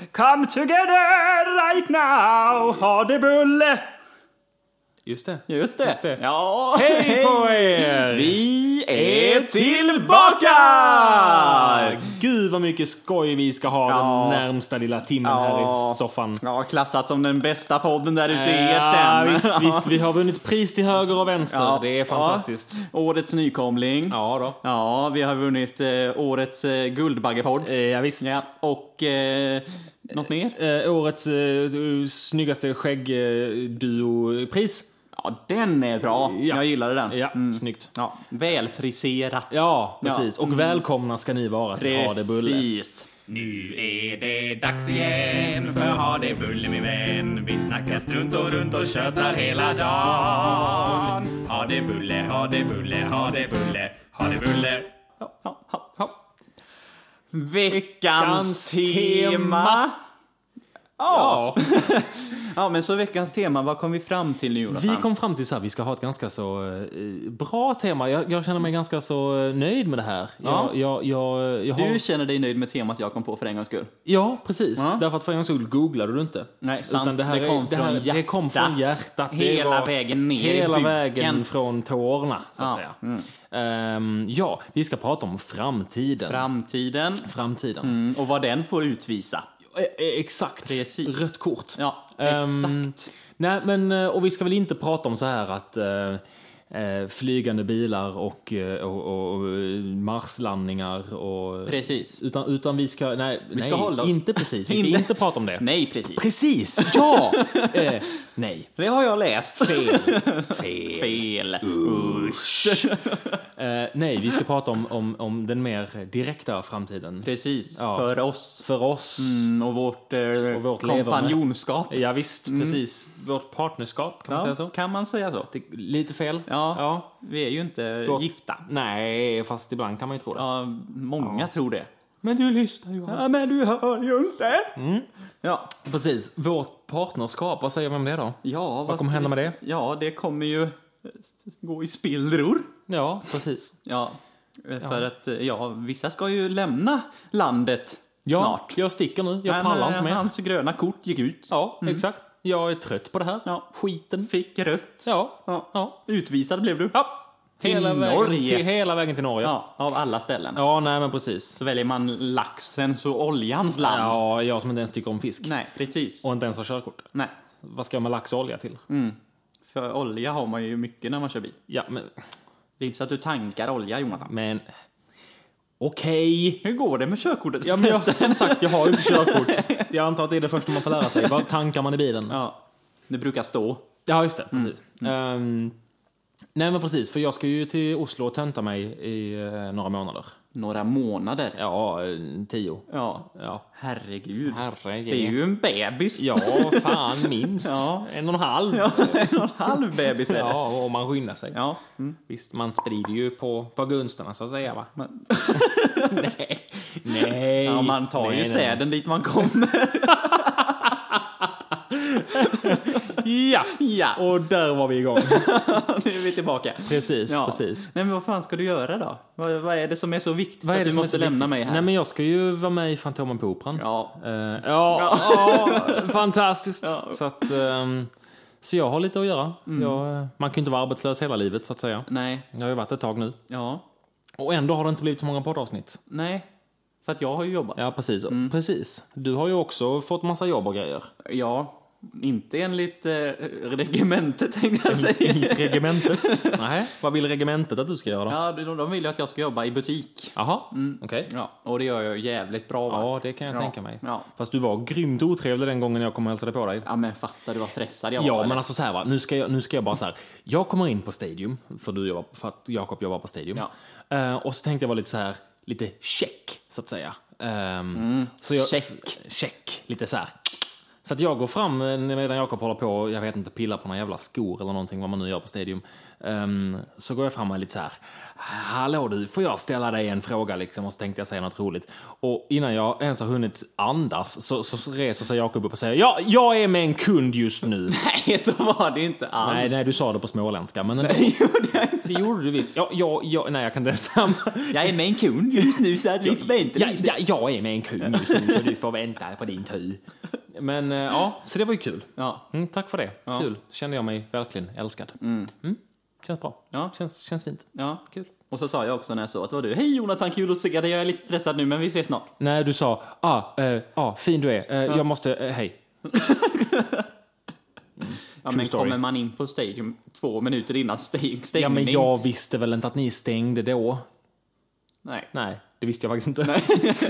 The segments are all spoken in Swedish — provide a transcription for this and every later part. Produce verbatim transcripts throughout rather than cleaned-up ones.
Come together right now. Ha det bulle. Just det. Just det. Just det. Ja, Hej på er! Vi är tillbaka! Gud vad mycket skoj vi ska ha Ja. den närmsta lilla timmen Ja. här i soffan. Ja, klassat som den bästa podden där ute i Ja, etern. visst, visst, vi har vunnit pris till höger och vänster. Ja. Det är fantastiskt. Ja. Årets nykomling. Ja, då. Ja, vi har vunnit eh, årets eh, Guldbaggepodd. Eh, ja, visst. Ja, och eh, något mer? Eh, årets eh, snyggaste skäggduo-pris. Ja, den är bra. Ja. Jag gillade den. Ja, snyggt. Ja, välfriserat. Ja, precis. Ja. Och välkomna ska ni vara till Ha det bulle. Precis. Nu är det dags igen för Ha det bulle min vän. Vi snackar strunt och runt och tjötar hela dagen. Ha det bulle, ha det bulle, ha det bulle, ha det bulle. Ja, ja, ja. Ja. Veckans Veckans tema. tema. Ja. Ja, men så veckans tema, vad kom vi fram till nu, Jonathan? Vi kom fram till så här, vi ska ha ett ganska så eh, bra tema. Jag, jag känner mig ganska så eh, nöjd med det här. Ja. Jag, jag, jag, jag har... Du känner dig nöjd med temat jag kom på för en gångs skull? Ja, precis. Ja. Därför att för en gångs skull googlade du inte. Nej, sant. Utan det, här Det är- kom det, här, från det kom från hjärtat. Det Hela var vägen ner i Hela buken. vägen från tårna, så att Ja. säga. Ehm, ja, vi ska prata om framtiden. Framtiden. Framtiden. Mm, och vad den får utvisa. Eh, eh, Exakt. Precis. Rött kort. Ja, Ehm, exakt. Nej, men, eh, och vi ska väl inte prata om så här att eh, eh, flygande bilar och, eh, och, och eh, marslandningar och... Precis. Utan, utan vi ska... Nej, Vi ska nej hålla oss. inte precis. Vi ska Inte- inte prata om det. Nej, precis. Precis, ja! eh, nej. Det har jag läst. Fel. Fel. Fel. Usch. Eh, nej, vi ska prata om, om, om den mer direkta framtiden. Precis, Ja. för oss. För oss. Mm, och vårt, eh, Och vårt kompanjonskap. Ja, visst, precis. Vårt partnerskap, kan man säga så? Kan man säga så? Det, lite fel. Ja, ja. vi är ju inte Vårt- gifta. Nej, fast ibland kan man ju tro det. Ja, många tror det. Men du lyssnar ju. Ja, men du hör ju inte. Ja, Precis. Vårt partnerskap, vad säger vi om det då? ja vad, kommer ska hända vi- med det? Ja, det kommer ju gå i spillror. Ja, precis. Ja, för att ja, vissa ska ju lämna landet Ja, snart. jag sticker nu. Jag Men, pallar eh, inte mer. Hans gröna kort gick ut. Ja, exakt. Jag är trött på det här. Ja. Skiten. Fick rött. Ja. Ja. Ja. Utvisad blev du. Ja. Till hela vägen Norge. till, hela vägen till Norge. Ja, av alla ställen. Ja, nej men precis. Så väljer man laxens och oljans land. Ja, jag som inte ens tycker om fisk. Nej, precis. Och inte ens har körkort. Nej, Vad ska jag med lax och olja till? för olja har man ju mycket när man kör bil. Ja, men... Det är inte så att du tankar olja, Jonathan. Men... Okej. Hur går det med körkortet? Ja, men jag, som sagt, jag har ju inte körkort. Jag antar att det är det första man får lära sig. Vad tankar man i bilen? Ja, det brukar stå. Ja, just det. Precis. Ehm, nej, men precis. För jag ska ju till Oslo och tenta mig i eh, några månader. Några månader. Ja, eh, tio. Ja, Ja. herregud. Herregud. Det är ju en bebis. Ja, fan minst. Ja. En och en halv. Ja, en och en halv bebis är det. Ja, och man skyndar sig. Ja. Mm. Visst, man sprider ju på, på gunsterna så att säga, va? Men- nej. Nej. Ja, man tar nej, ju nej. säden dit man kommer. Ja. Ja, Och där var vi igång. nu är vi tillbaka. Precis, Ja. precis. Nej, men vad fan ska du göra då? Vad, vad är det som är så viktigt Vad är att det du som är måste så lämna viktigt? mig här? Nej, men jag ska ju vara med i Fantomen på Operan. Ja, Eh, ja, ja, fantastiskt. Ja. Så, att, ehm, så jag har lite att göra. Mm. Jag, eh, man kan ju inte vara arbetslös hela livet, så att säga. nej, Jag har ju varit ett tag nu. ja, Och ändå har det inte blivit så många poddavsnitt. nej. För att jag har ju jobbat. Ja, precis. Mm. Precis. Du har ju också fått massa jobb och grejer. Ja, inte enligt eh, regementet tänkte jag säga. Enligt regementet. Nej, vad vill regementet att du ska göra då? Ja, de, de vill ju att jag ska jobba i butik. Jaha, okej. Ja, och det gör jag jävligt bra, va? Ja, det kan jag Ja. tänka mig. Ja. Fast du var grymt otrevlig den gången jag kom och hälsade på dig. Ja, men fattar du vad stressad jag var? Ja, eller? men alltså så här, va. Nu ska jag, nu ska jag bara så här. Jag kommer in på Stadium, för, du jobbar, för att Jakob jobbar på Stadium. Ja. Eh, och så tänkte jag vara lite så här, lite check, så att säga. Ehm, så jag, check. Check. Lite så här. Så att jag går fram medan Jakob håller på, jag vet inte, pillar på några jävla skor eller någonting, vad man nu gör på Stadium. Um, så går jag fram och lite så här: hallå du, får jag ställa dig en fråga liksom? Och så tänkte jag säga något roligt. Och innan jag ens har hunnit andas så, så reser sig Jakob upp och säger: ja, jag är med en kund just nu. Nej, så var det inte alls. Nej, nej, du sa det på småländska. Men ändå, Nej, gjorde jag inte. det gjorde du visst. Ja, ja, ja, nej, jag kan inte säga. Jag är med en kund just nu så att vi får vänta Ja, lite. ja, jag är med en kund just nu så du får vänta på din tur. Men eh, ja, så det var ju kul. Ja. Mm, tack för det. Ja. Kul. Kände jag mig verkligen älskad. Mm. Mm. Känns bra. Ja. Känns, känns fint. Ja. Kul. Och så sa jag också när jag såg att det var du: hej Jonathan, kul att se dig, jag är lite stressad nu men vi ses snart. Nej, du sa, ah, eh, ah fin du är, eh, ja. jag måste, eh, hej. Ja, men story. kommer man in på Stadium två minuter innan stäng- stängning? Ja, men jag visste väl inte att ni stängde då. Nej. Nej, det visste jag faktiskt inte. Nej.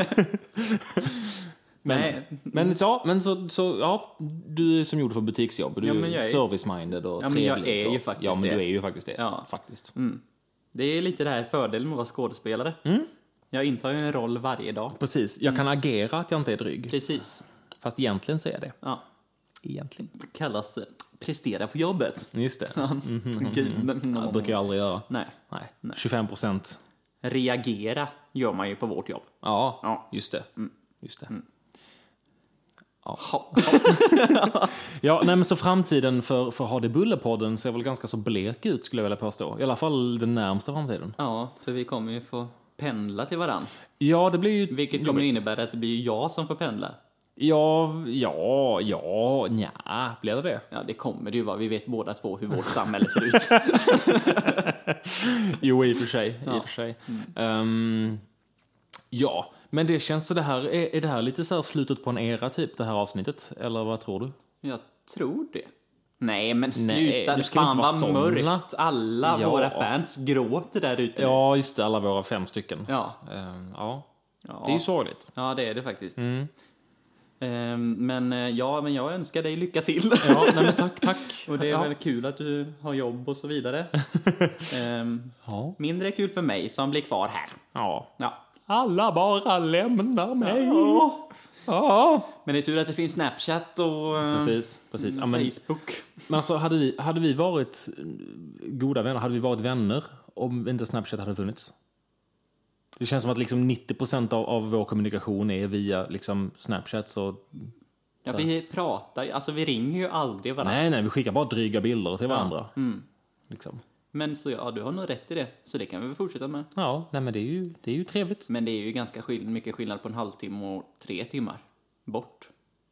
men, Nej. men, så, men så, så, ja, du är som gjord för butiksjobb. Du Ja, är men jag är- service-minded och Ja, men jag trevlig är ju och, faktiskt Ja, men det. du är ju faktiskt det. Ja. Faktiskt. Mm. Det är lite det här fördelen med att vara skådespelare. Mm. Jag intar ju en roll varje dag. Precis, jag kan agera att jag inte är dryg. Precis. Fast egentligen så är det. Ja. Egentligen. Det kallas eh, prestera på jobbet. Just det. Gud. Det brukar jag aldrig göra. Nej. Nej. Nej. tjugofem procent. Reagera gör man ju på vårt jobb. Ja, Ja. just det. Just det. Ja. Ha. Ja, nej, men så framtiden för, för Ha det Bulle-podden ser väl ganska så blek ut, skulle jag vilja påstå. I alla fall den närmsta framtiden. Ja, för vi kommer ju få pendla till varann. Ja, det blir ju... Vilket kommer jobbigt. innebära att det blir jag som får pendla. Ja, ja, ja, nja, blir det det? Ja, det kommer det ju vara. Vi vet båda två hur vårt samhälle ser ut. Jo, i och för sig. I Ja. och för sig. Ehm, ja, men det känns så det här, är, är det här lite så här slutet på en era typ, det här avsnittet? Eller vad tror du? Jag tror det. Nej, men Nej, sluta. du ska Fan inte vara vad såna. mörkt. Alla Ja. våra fans gråter där ute nu. Ja, just det, alla våra fem stycken. Ja. Ehm, ja. Ja. Det är ju sorgligt. Ja, det är det faktiskt. Mm. Ehm, men, eh, ja, men jag önskar dig lycka till. Ja, nej men tack, tack. Och det är ja. väl kul att du har jobb och så vidare. Ehm, Ja. mindre kul för mig som blir kvar här. Ja. Ja. Alla bara lämnar mig. Ja. Ja. Men det är tur att det finns Snapchat och eh, Precis, precis. Ja, men, Facebook. men alltså, hade vi, hade vi varit goda vänner, hade vi varit vänner om inte Snapchat hade funnits? Det känns som att liksom nittio procent av, av vår kommunikation är via liksom Snapchat. Så, Ja, vi pratar ju, alltså vi ringer ju aldrig varandra. nej, nej, vi skickar bara dryga bilder till varandra. Mm. Liksom. Men så ja, du har nog rätt i det. Så det kan vi väl fortsätta med. Ja, nej, men det är ju, det är ju trevligt. Men det är ju ganska skill- mycket skillnad på en halvtimme och tre timmar. Bort.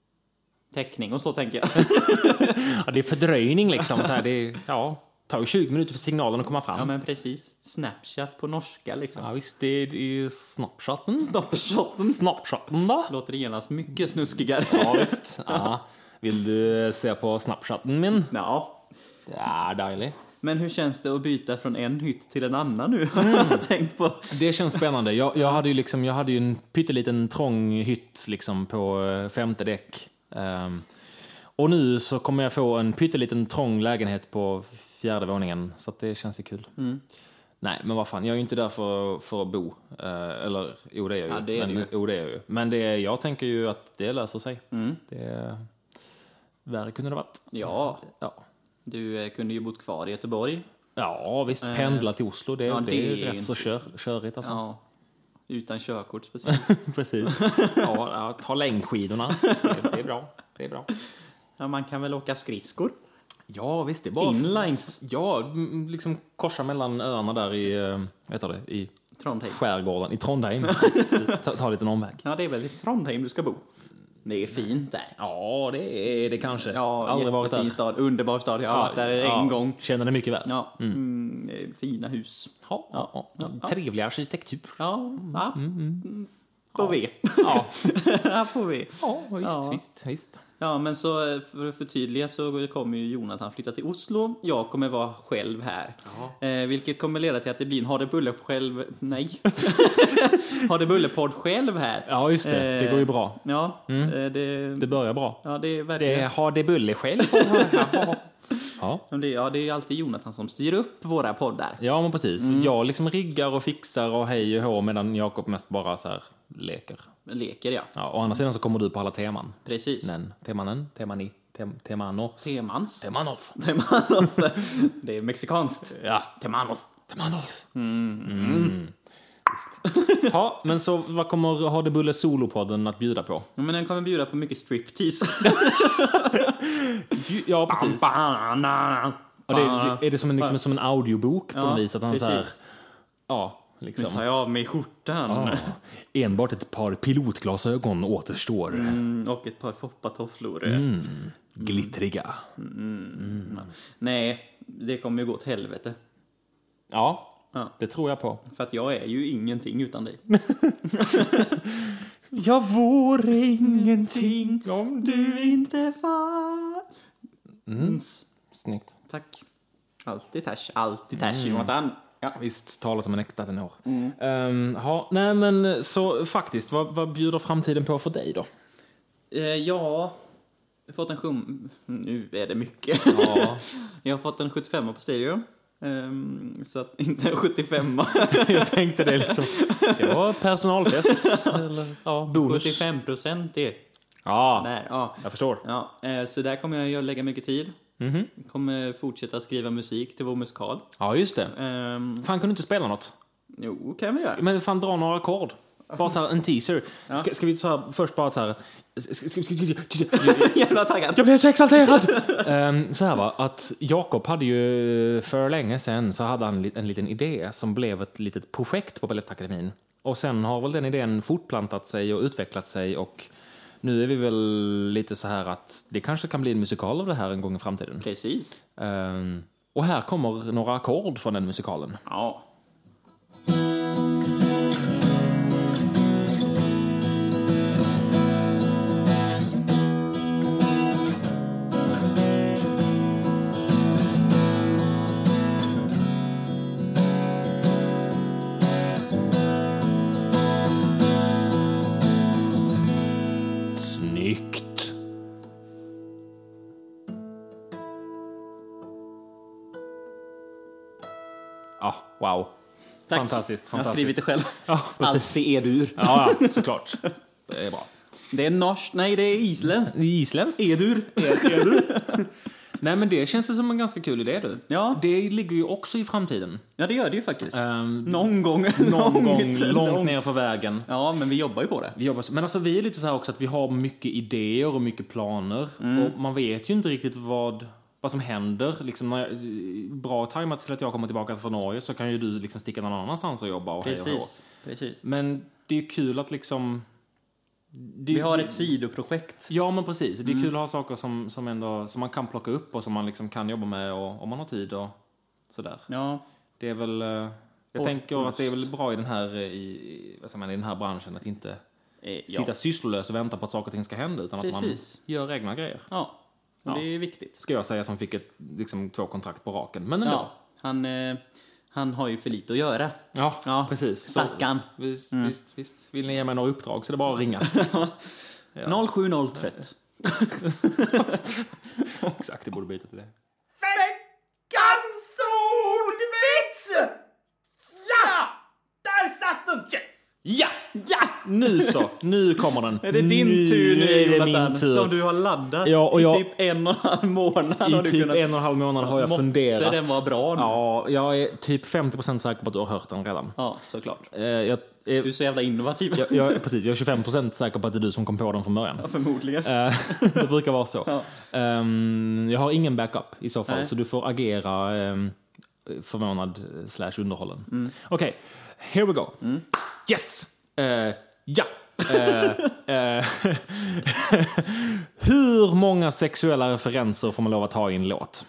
Täckning och så tänker jag. Ja, det är fördröjning liksom. Så här, det är, ja, tar ju tjugo minuter för signalen att komma fram. Ja, men precis. Snapchat på norska liksom. Ja, visst, det är, det är Snapchatten. Snapchatten. Snapchatten då? Låter det genast mycket snuskigare. Ja, visst. Ja. Vill du se på Snapchatten min? Ja. Ja, dejlig. Men hur känns det att byta från en hytt till en annan nu? Har jag tänkt på. Det känns spännande. Jag, jag, hade ju liksom, jag hade ju en pytteliten trång hytt liksom på eh, femte däck. Um, och nu så kommer jag få en pytteliten trång lägenhet på fjärde våningen. Så att det känns ju kul. Mm. Nej, men vad fan, jag är ju inte där för, för att bo. Uh, eller, jo det är jag ju. Ja, det är men, det ju. Jo, det är jag ju. Men det, jag tänker ju att det löser sig. Mm. Det, värre kunde det varit. Ja, Ja. du eh, kunde ju bott kvar i Göteborg. Ja, visst. Eh, Pendla till Oslo, det, ja, det, det är är ju rätt så inte- kör, körigt alltså. Ja. Utan körkort speciellt. Precis. Ja, ja, ta längdskidorna. Det, det är bra. Det är bra. Ja, man kan väl åka skridskor? Ja, visst. Det är bara... Inlines. Ja, m- liksom korsa mellan öarna där i, eh, vet du det, i Trondheim. skärgården. I Trondheim. Precis. Ta, ta en liten omväg. Ja, det är väl i Trondheim du ska bo. Det är fint där. Ja, det är det kanske. Ja, Aldrig varit jättefin där. stad. Underbar stad. Jag har varit där ja, en gång. Känner det mycket väl. Ja, mm. eh, fina hus. Ja, ja, ja. Trevlig arkitektur. Ja, ja. Mm. På V. Ja, Ja, på V. ja visst, Ja. visst, visst. Ja, men så eh, för att förtydliga så kommer ju Jonathan flytta till Oslo. Jag kommer vara själv här. Eh, vilket kommer leda till att det blir en Ha det Bulle själv... Nej. Ha det Bulle-podd själv här. Ja, just det. Det går ju bra. Ja, Mm. eh, det... Det börjar bra. Ja, det är verkligen... Det har det bulle själv. Ja. Ja, det, ja, det är ju alltid Jonathan som styr upp våra poddar. Ja, men precis. Jag liksom riggar och fixar och hej och hå medan Jakob mest bara så här leker. Leker, ja. Ja, å andra sidan så kommer du på alla teman. Precis. Nen, temanen, temani, tem, temanos. Temans. Temanov. Temanos. Det är mexikanskt. Ja. Temanos. Temanov. Mm. Mm. Visst. Ja, men så vad kommer Ha det Bulle solopodden att bjuda på? Ja, men den kommer bjuda på mycket striptease. Ja, precis. Bam, Ja, det är, är det som en, liksom, som en audiobok på ja, något vis? Att han så här, ja, nu liksom. tar jag av mig skjortan. Ja, enbart ett par pilotglasögon återstår. Mm, och ett par foppatofflor. Mm. Glittriga. Mm. Mm. Nej, det kommer ju gå åt helvete. Ja, Ja. det tror jag på. För att jag är ju ingenting utan dig. Jag vore ingenting om Du inte fanns. Mm. Snyggt. Tack. Alltid tash. Alltid tash, Jonathan. Ja. Visst, talat som en äkta tenor. Mm. Um, ha, nej men så faktiskt, vad, vad bjuder framtiden på för dig då? Eh, ja, jag har fått en sjum... Nu är det mycket. Ja. Jag har fått en sjuttiofem på stereo. Um, så att inte en sjuttiofem. Jag tänkte det liksom. Det var personalfest. Eller, ja, bonus. sjuttiofem procent är. Ja, Där, ja. jag förstår. Ja, eh, så där kommer jag lägga mycket tid. Mm-hmm. Kommer fortsätta skriva musik till vår musikal. Ja, just det. Um, Fan, kunde du inte spela något? jo, kan vi göra. Men fan, dra några ackord. Bara så här, en teaser. Ska, ska vi så här, först bara så här... Ska, ska, ska, Jävla taggad. jag blev så exalterad! um, så här va, att Jakob hade ju för länge sedan så hade han en liten idé som blev ett litet projekt på Balettakademin. Och sen har väl den idén fortplantat sig och utvecklat sig och nu är vi väl lite så här att det kanske kan bli en musikal av det här en gång i framtiden. Precis. Um, och här kommer några ackord från den musikalen. Ja. Snyggt! Ja, wow. Tack. Fantastiskt, Jag har fantastiskt. skrivit det själv. Ja, precis. Allt i edur. Ja, ja, såklart. Det är bra. Det är norskt, nej det är isländskt. Isländskt? Edur. Nej, men det känns ju som en ganska kul idé, du. Ja. Det ligger ju också i framtiden. Ja, det gör det ju faktiskt. Um, någon gång. någon gång långt, långt långt. ner på vägen. Ja, men vi jobbar ju på det. Vi jobbar, så- men alltså vi är lite så här också att vi har mycket idéer och mycket planer. Mm. Och man vet ju inte riktigt vad, vad som händer. Liksom när jag, bra tajmat till att jag kommer tillbaka från Norge så kan ju du liksom sticka någon annanstans och jobba och hej och hå. Precis. Precis. Men det är ju kul att liksom... Det, Vi har ett sidoprojekt. Ja, men precis. Det är Mm. kul att ha saker som, som, ändå, som man kan plocka upp och som man liksom kan jobba med och, om man har tid och sådär. Ja. Det är väl... eh, Jag Och tänker att det är just. väl bra i den här, i, i, vad säger man, i den här branschen att inte Eh, sitta ja. sysslolös och vänta på att saker och ting ska hända utan Precis. att man gör egna grejer. Ja. Och Ja. det är viktigt. Ska jag säga som fick ett, liksom, två kontrakt på raken. Men ändå. Ja. Han, eh, han har ju för lite att göra. Ja, Ja. precis. Så, Stackarn. visst, visst, visst. Vill ni ge mig några uppdrag så det är bara att ringa. Ja. noll sju noll trött. Exakt, det borde byta till det. Veckans ordvits! Ja! Där satt den! Yes! Ja! Ja! Nu så, nu kommer den. Är det din tur nu, är det Jonathan? min tur. Som du har laddat Ja, och jag- i typ en och en halv månad. har I du typ kunnat... en och en halv månad har jag Måtte funderat. den vara bra nu? Ja, jag är typ femtio procent säker på att du har hört den redan. Ja, såklart. Eh, jag, Du är är, så jävla innovativ. jag, jag, precis, jag är tjugofem procent säker på att det är du som kom på den från början. Ja, förmodligen. Eh, det brukar vara så. Ja. Ehm, jag har ingen backup i så fall, Nej. så du får agera um, förvånad slash underhållen. Mm. Okej, here we go. Yes! Eh, ja! Eh, eh, Hur många sexuella referenser får man lov att ha i en låt?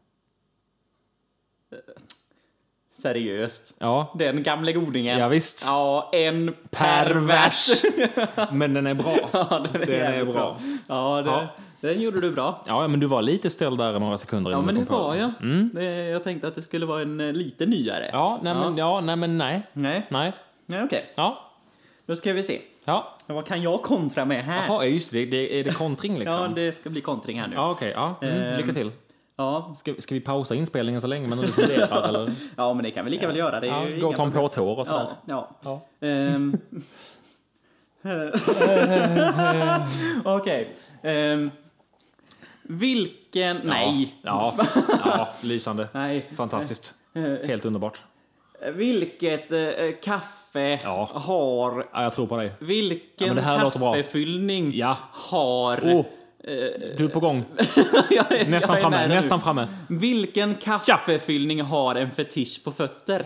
Seriöst. Ja, Den gamla godingen. ja visst. Ja, en per Per vers. Men den är bra. Ja, den är, Den är jävligt bra. Ja, det, Ja. den gjorde du bra. Ja, men du var lite ställd där i några sekunder Ja, innan men du det kom på var den. jag. Det, jag tänkte att det skulle vara en eh, lite nyare. Ja, nej men, ja, nej men nej. Nej, Nej. nej okej. Ja. Då ska vi se. Ja. Vad kan jag kontra med här? Jaha, just det. det. Är det kontring liksom? Ja, det ska bli kontring här nu. Ja, okej. Ja. Mm, Ehm. lycka till. Ja, Ska, ska vi pausa inspelningen så länge men du funderar eller? ja men det kan vi lika väl göra. Det är Ja, ju gå och inga ta en problem. på tår och sådär. Ja, ja. Ja. Ehm, Okej. Ehm, vilken... Nej. Ja, ja, lysande. Nej. Fantastiskt. Helt underbart. Vilket eh, kaffe Ja. har... Ja, jag tror på dig. Vilken Ja, men det här låter bra. kaffefyllning Ja. har... Oh, du är på gång. jag är, Nästan jag är framme, med nästan nu. framme. Vilken kaffefyllning har en fetisch på fötter?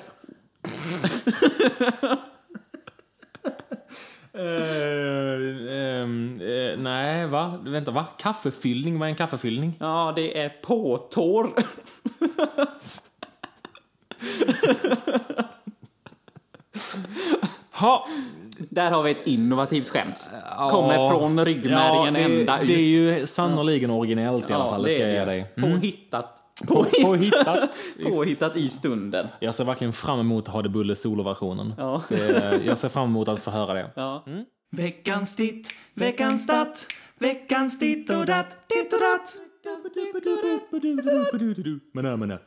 Uh, um, uh, nej, va? Vänta, va? Kaffefyllning? Vad är en kaffefyllning? Ja, det är påtår. Ha. Där har vi ett innovativt skämt. Ja. Kommer från ryggmärgen det, ända ut. Det är ju sannoliken originellt i alla fall, det ska jag ge dig. Mm. Påhittat. Påhittat. Påhittat i stunden. Jag ser verkligen fram emot att ha det bulle solo-versionen. Ja. Det, jag ser fram emot att få höra det. Ja. Mm. Veckans ditt, veckans datt, veckans ditt och datt, ditt och datt. Men, men,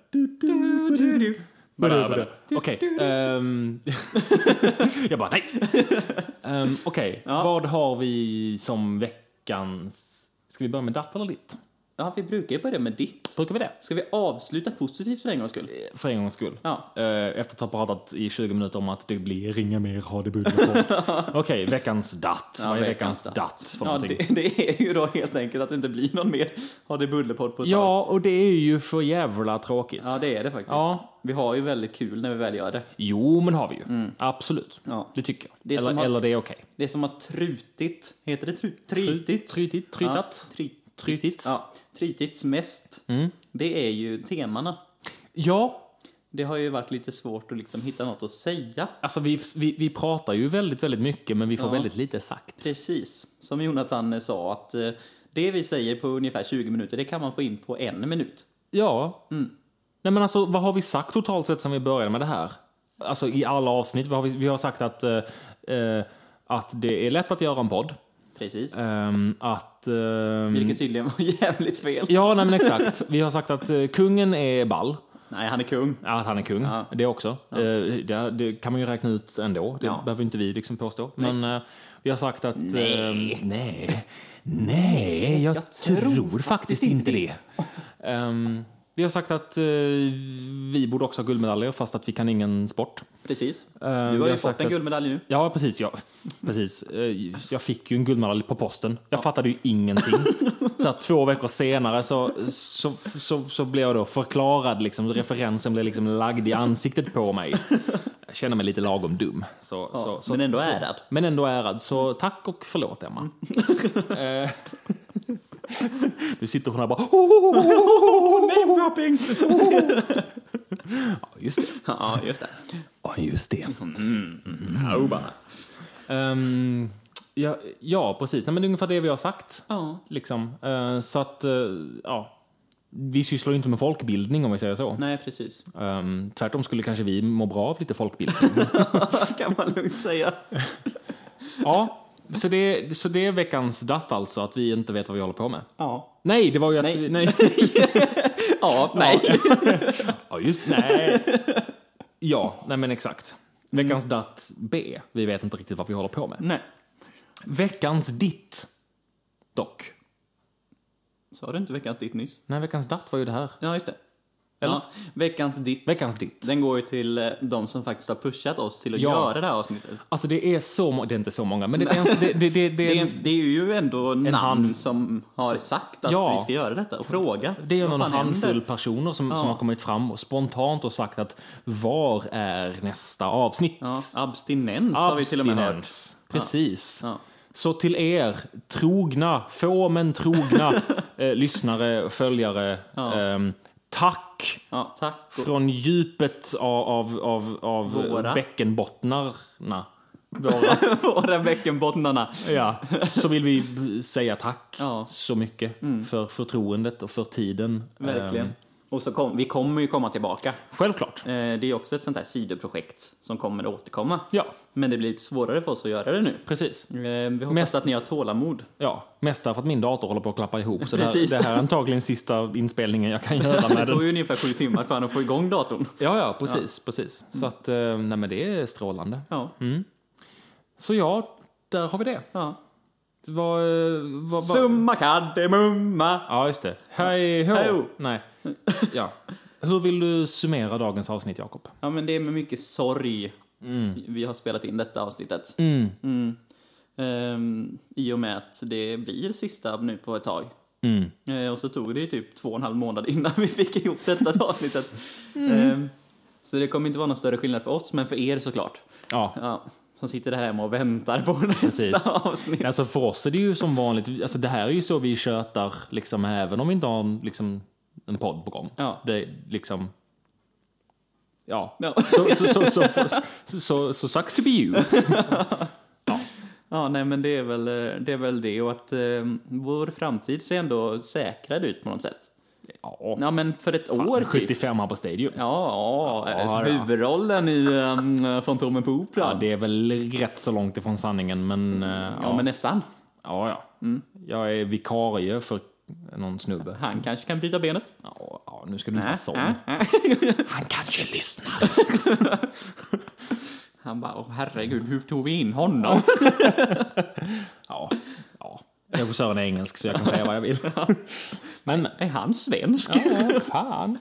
Okej. ehm, jag bara, nej. Um, Okej, okay. Ja. Vad har vi som veckans... Ska vi börja med datt eller ditt? Ja, vi brukar ju börja med ditt. Brukar vi det? Ska vi avsluta positivt för en gångs skull? För en gångs skull. Ja. Efter att ha pratat i tjugo minuter om att det blir ringa mer, ha det buller på. Okej, okay, veckans datt. Ja, Vad är veckans veckans datt för Ja, någonting? det, det är ju då helt enkelt att det inte blir någon mer ha det bullerpodd på ett tag. Ja, och det är ju för jävla tråkigt. Ja, det är det faktiskt. Ja. Vi har ju väldigt kul när vi väl gör det. Jo, men har vi ju. Mm. Absolut. Ja. Det tycker jag. Det eller, har, eller det är okej. Okay. Det som har trutit. Heter det tru, tritit? Trytit? Trytat? Ja, tri, Trytits? Ja, tritits mest. Mm. Det är ju temana. Ja. Det har ju varit lite svårt att liksom hitta något att säga. Alltså vi, vi, vi pratar ju väldigt, väldigt mycket, men vi får Ja. väldigt lite sagt. Precis. Som Jonathan sa att eh, det vi säger på ungefär tjugo minuter, det kan man få in på en minut. Ja. Mm. Nej, men alltså, vad har vi sagt totalt sett sedan vi började med det här? Alltså i alla avsnitt. Vi har, vi har sagt att, eh, eh, att det är lätt att göra en podd. Precis. Um, att... Um, Vilket tydligen var jävligt fel. Ja, nej, men exakt. Vi har sagt att uh, kungen är ball. Nej, han är kung. Ja, att han är kung. Ja. Det också. Ja. Uh, det, det kan man ju räkna ut ändå. Det Ja. behöver inte vi liksom påstå. Nej. Men uh, vi har sagt att... Nej. Uh, nej. Nej, jag, Jag tror, tror faktiskt inte det. Um, vi har sagt att uh, vi borde också ha guldmedaljer, fast att vi kan ingen sport. Precis. Uh, Du har vi ju har fått sagt en att- guldmedalj nu. Ja, precis. Ja. precis. Eh, Jag fick ju en guldmedalj på posten. Jag fattade ju ingenting. Så här, två veckor senare så, så, så, så blev jag då förklarad. Liksom, referensen blev liksom lagd i ansiktet på mig. Jag känner mig lite lagom dum. Så, Ja, så, så, men ändå så, ärad. Men ändå ärad. Så tack och förlåt, Emma. Eh, Nu sitter hon här bara... Name-dropping! Ja, just det. Ja, just det. Ja, just det. Mm. Mm. Um, ja, ja, precis. Nej, men det är ungefär det vi har sagt. Ja. Liksom. Uh, så att, uh, ja. Vi sysslar ju inte med folkbildning, om vi säger så. Nej, precis. Um, tvärtom skulle kanske vi må bra av lite folkbildning. Kan man lugnt säga. Ja, så det, så det är veckans datt alltså, att vi inte vet vad vi håller på med. Ja. Nej, det var ju att... Nej. Vi, nej. Ja, nej. Ja, just nej. Ja, nej men exakt. Veckans datt B. Vi vet inte riktigt vad vi håller på med. Nej. Veckans ditt. Dock. Sa du inte veckans ditt nyss? Nej, veckans datt var ju det här. Ja, just det. Eller? Ja, veckans ditt. Veckans ditt. Den går ju till eh, de som faktiskt har pushat oss till att Ja. göra det här avsnittet. Alltså det är så många, det är inte så många, men det är, det, det, det, det, Det är, det är ju ändå namn hand- som har sagt att Ja. vi ska göra detta och frågat. det är vad någon fan händer? handfull personer som, Ja. som har kommit fram och spontant och sagt att var är nästa avsnitt? Ja, abstinens har vi till och med hört. Abstinens. Precis. Ja. Så till er, trogna, få men trogna eh, lyssnare, följare, Ja. ehm, tack Ja, tack. från djupet av, av, av, av Våra. bäckenbottnarna. Våra. Våra bäckenbottnarna. Ja, så vill vi b- säga tack Ja. så mycket för förtroendet och för tiden. Verkligen. Ehm, Och så kom, vi kommer ju komma tillbaka. självklart. Eh, Det är också ett sånt här sidoprojekt som kommer att återkomma. Ja, Men det blir lite svårare för oss att göra det nu. precis. Eh, Vi hoppas Mest- att ni har tålamod. Ja, mest därför att min dator håller på att klappa ihop. Så det här, Precis. det här är antagligen sista inspelningen jag kan göra Det med tog den. ju ungefär sju timmar för att få igång datorn. Ja, ja, precis. precis. Så att, eh, nej men det är strålande. Ja. Så ja, där har vi det. Ja. Vad, vad, vad... Summa kardemumma. Ja, just det. Hej hå. Hej. Nej. Ja. Hur vill du summera dagens avsnitt, Jakob? Ja, men det är med mycket sorg Mm. vi har spelat in detta avsnittet. Mm. Mm. Ehm, I och med att det blir sista nu på ett tag. Mm. Ehm, och så tog det ju typ två och en halv månad innan vi fick ihop detta avsnittet. Mm. Ehm, så det kommer inte vara någon större skillnad för oss, men för er såklart. Ja. Ja, som sitter där hemma och väntar på nästa Precis. avsnitt. Alltså för oss är det ju som vanligt, alltså det här är ju så vi tjötar liksom, även om vi inte har en, liksom, en podd på gång. Ja. Det är liksom... Ja. Ja. Så, så, så, så, så, så, så sucks to be you. Ja. Ja, nej, men det är väl det, är väl det. Och att eh, vår framtid ser ändå säkrad ut på något sätt. Ja. Ja, men för ett Fan, år typ. sjuttiofem här på Stadium. Ja, ja, Ja, ja, ja. huvudrollen i um, Fantomen på Operan. Ja, det är väl rätt så långt ifrån sanningen, men... eh, Ja, ja, men nästan. ja, ja. Jag är vikarie för någon snubbe. Han kanske kan bryta benet. Ja, ja, nu ska du inte vara sån. Äh, äh. Han kanske lyssnar. Han bara, åh herregud, hur tog vi in honom? Ja, ja. Regissören är engelsk så jag kan säga vad jag vill. Men, men. Är han svensk? Ja, fan.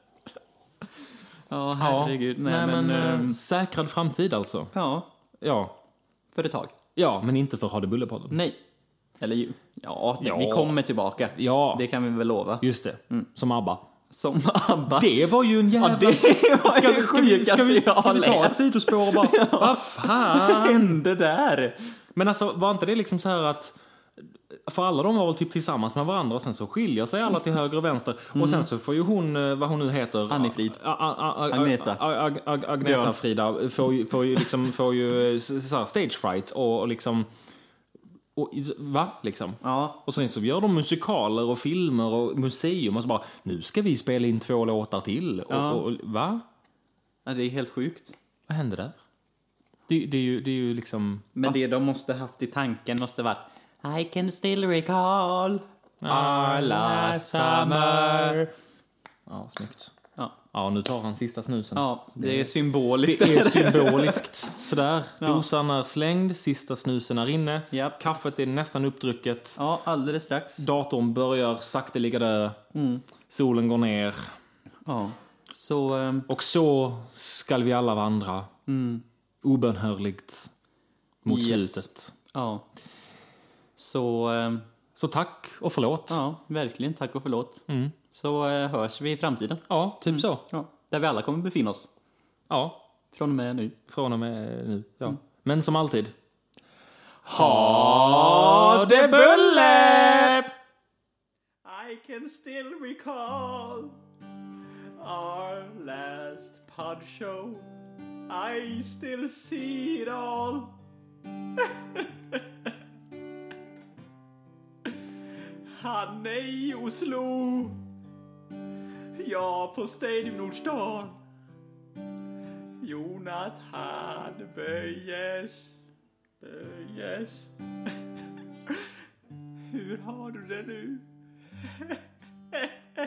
Ja, herregud. Nej, Nej, men... men ehm, äh, säkrad framtid alltså. ja, Ja. för ett tag. Ja, men inte för Har det Bullepodden. Nej. Eller ju. Ja, det, Ja. vi kommer tillbaka. Ja, Det kan vi väl lova. just det. Som ABBA. Som ABBA. Det var ju en jävla... Ja, det var ska, det ska, vi, ska, vi, sjukaste ska vi jag har ta läst. ett sidospår och bara... Vad fan? Vad hände där? Men alltså, var inte det liksom så här att... För alla de var väl typ tillsammans med varandra och sen så skiljer sig alla till höger och vänster. Och sen så får ju hon, eh, vad hon nu heter... Annifrid. A- a- a- a- Agneta. A- Ag- Ag- Agneta Björn. Frida får ju, får ju liksom, får ju eh, så så här stage fright och, och liksom... Och, va? Liksom. Ja. Och sen så gör de musikaler och filmer och museum och så bara, nu ska vi spela in två låtar till. Och, Ja. och, och, va? Ja, det är helt sjukt. Vad hände där? Det, det, är, ju, det är ju liksom... Men det de måste haft i tanken måste varit I can still recall our last summer. Ja, snyggt. Ja. Ja, nu tar han sista snusen. Ja, det är symboliskt. Det är symboliskt. Sådär. Ja. Dosan är slängd, sista snusen är inne. Japp. Kaffet är nästan uppdrucket. Ja, alldeles strax. Datorn börjar sakteliga dö. Mm. Solen går ner. Ja. Så, ehm, Och så skall vi alla vandra. mm, Obönhörligt. Mot Yes. slutet. ja. Så, ehm, Så tack och förlåt. Ja, ja, verkligen tack och förlåt. mm. Så eh, hörs vi i framtiden. ja typ så. Ja, där vi alla kommer befinna oss. Ja, Från och med nu. från och med nu. Ja. Men som alltid. Ha det bulle! I can still recall our last pod show. I still see it all. Han är i Oslo. Jag på Stadium Nordstan. Jonathan Böjers. Böjers. Hur har du det nu?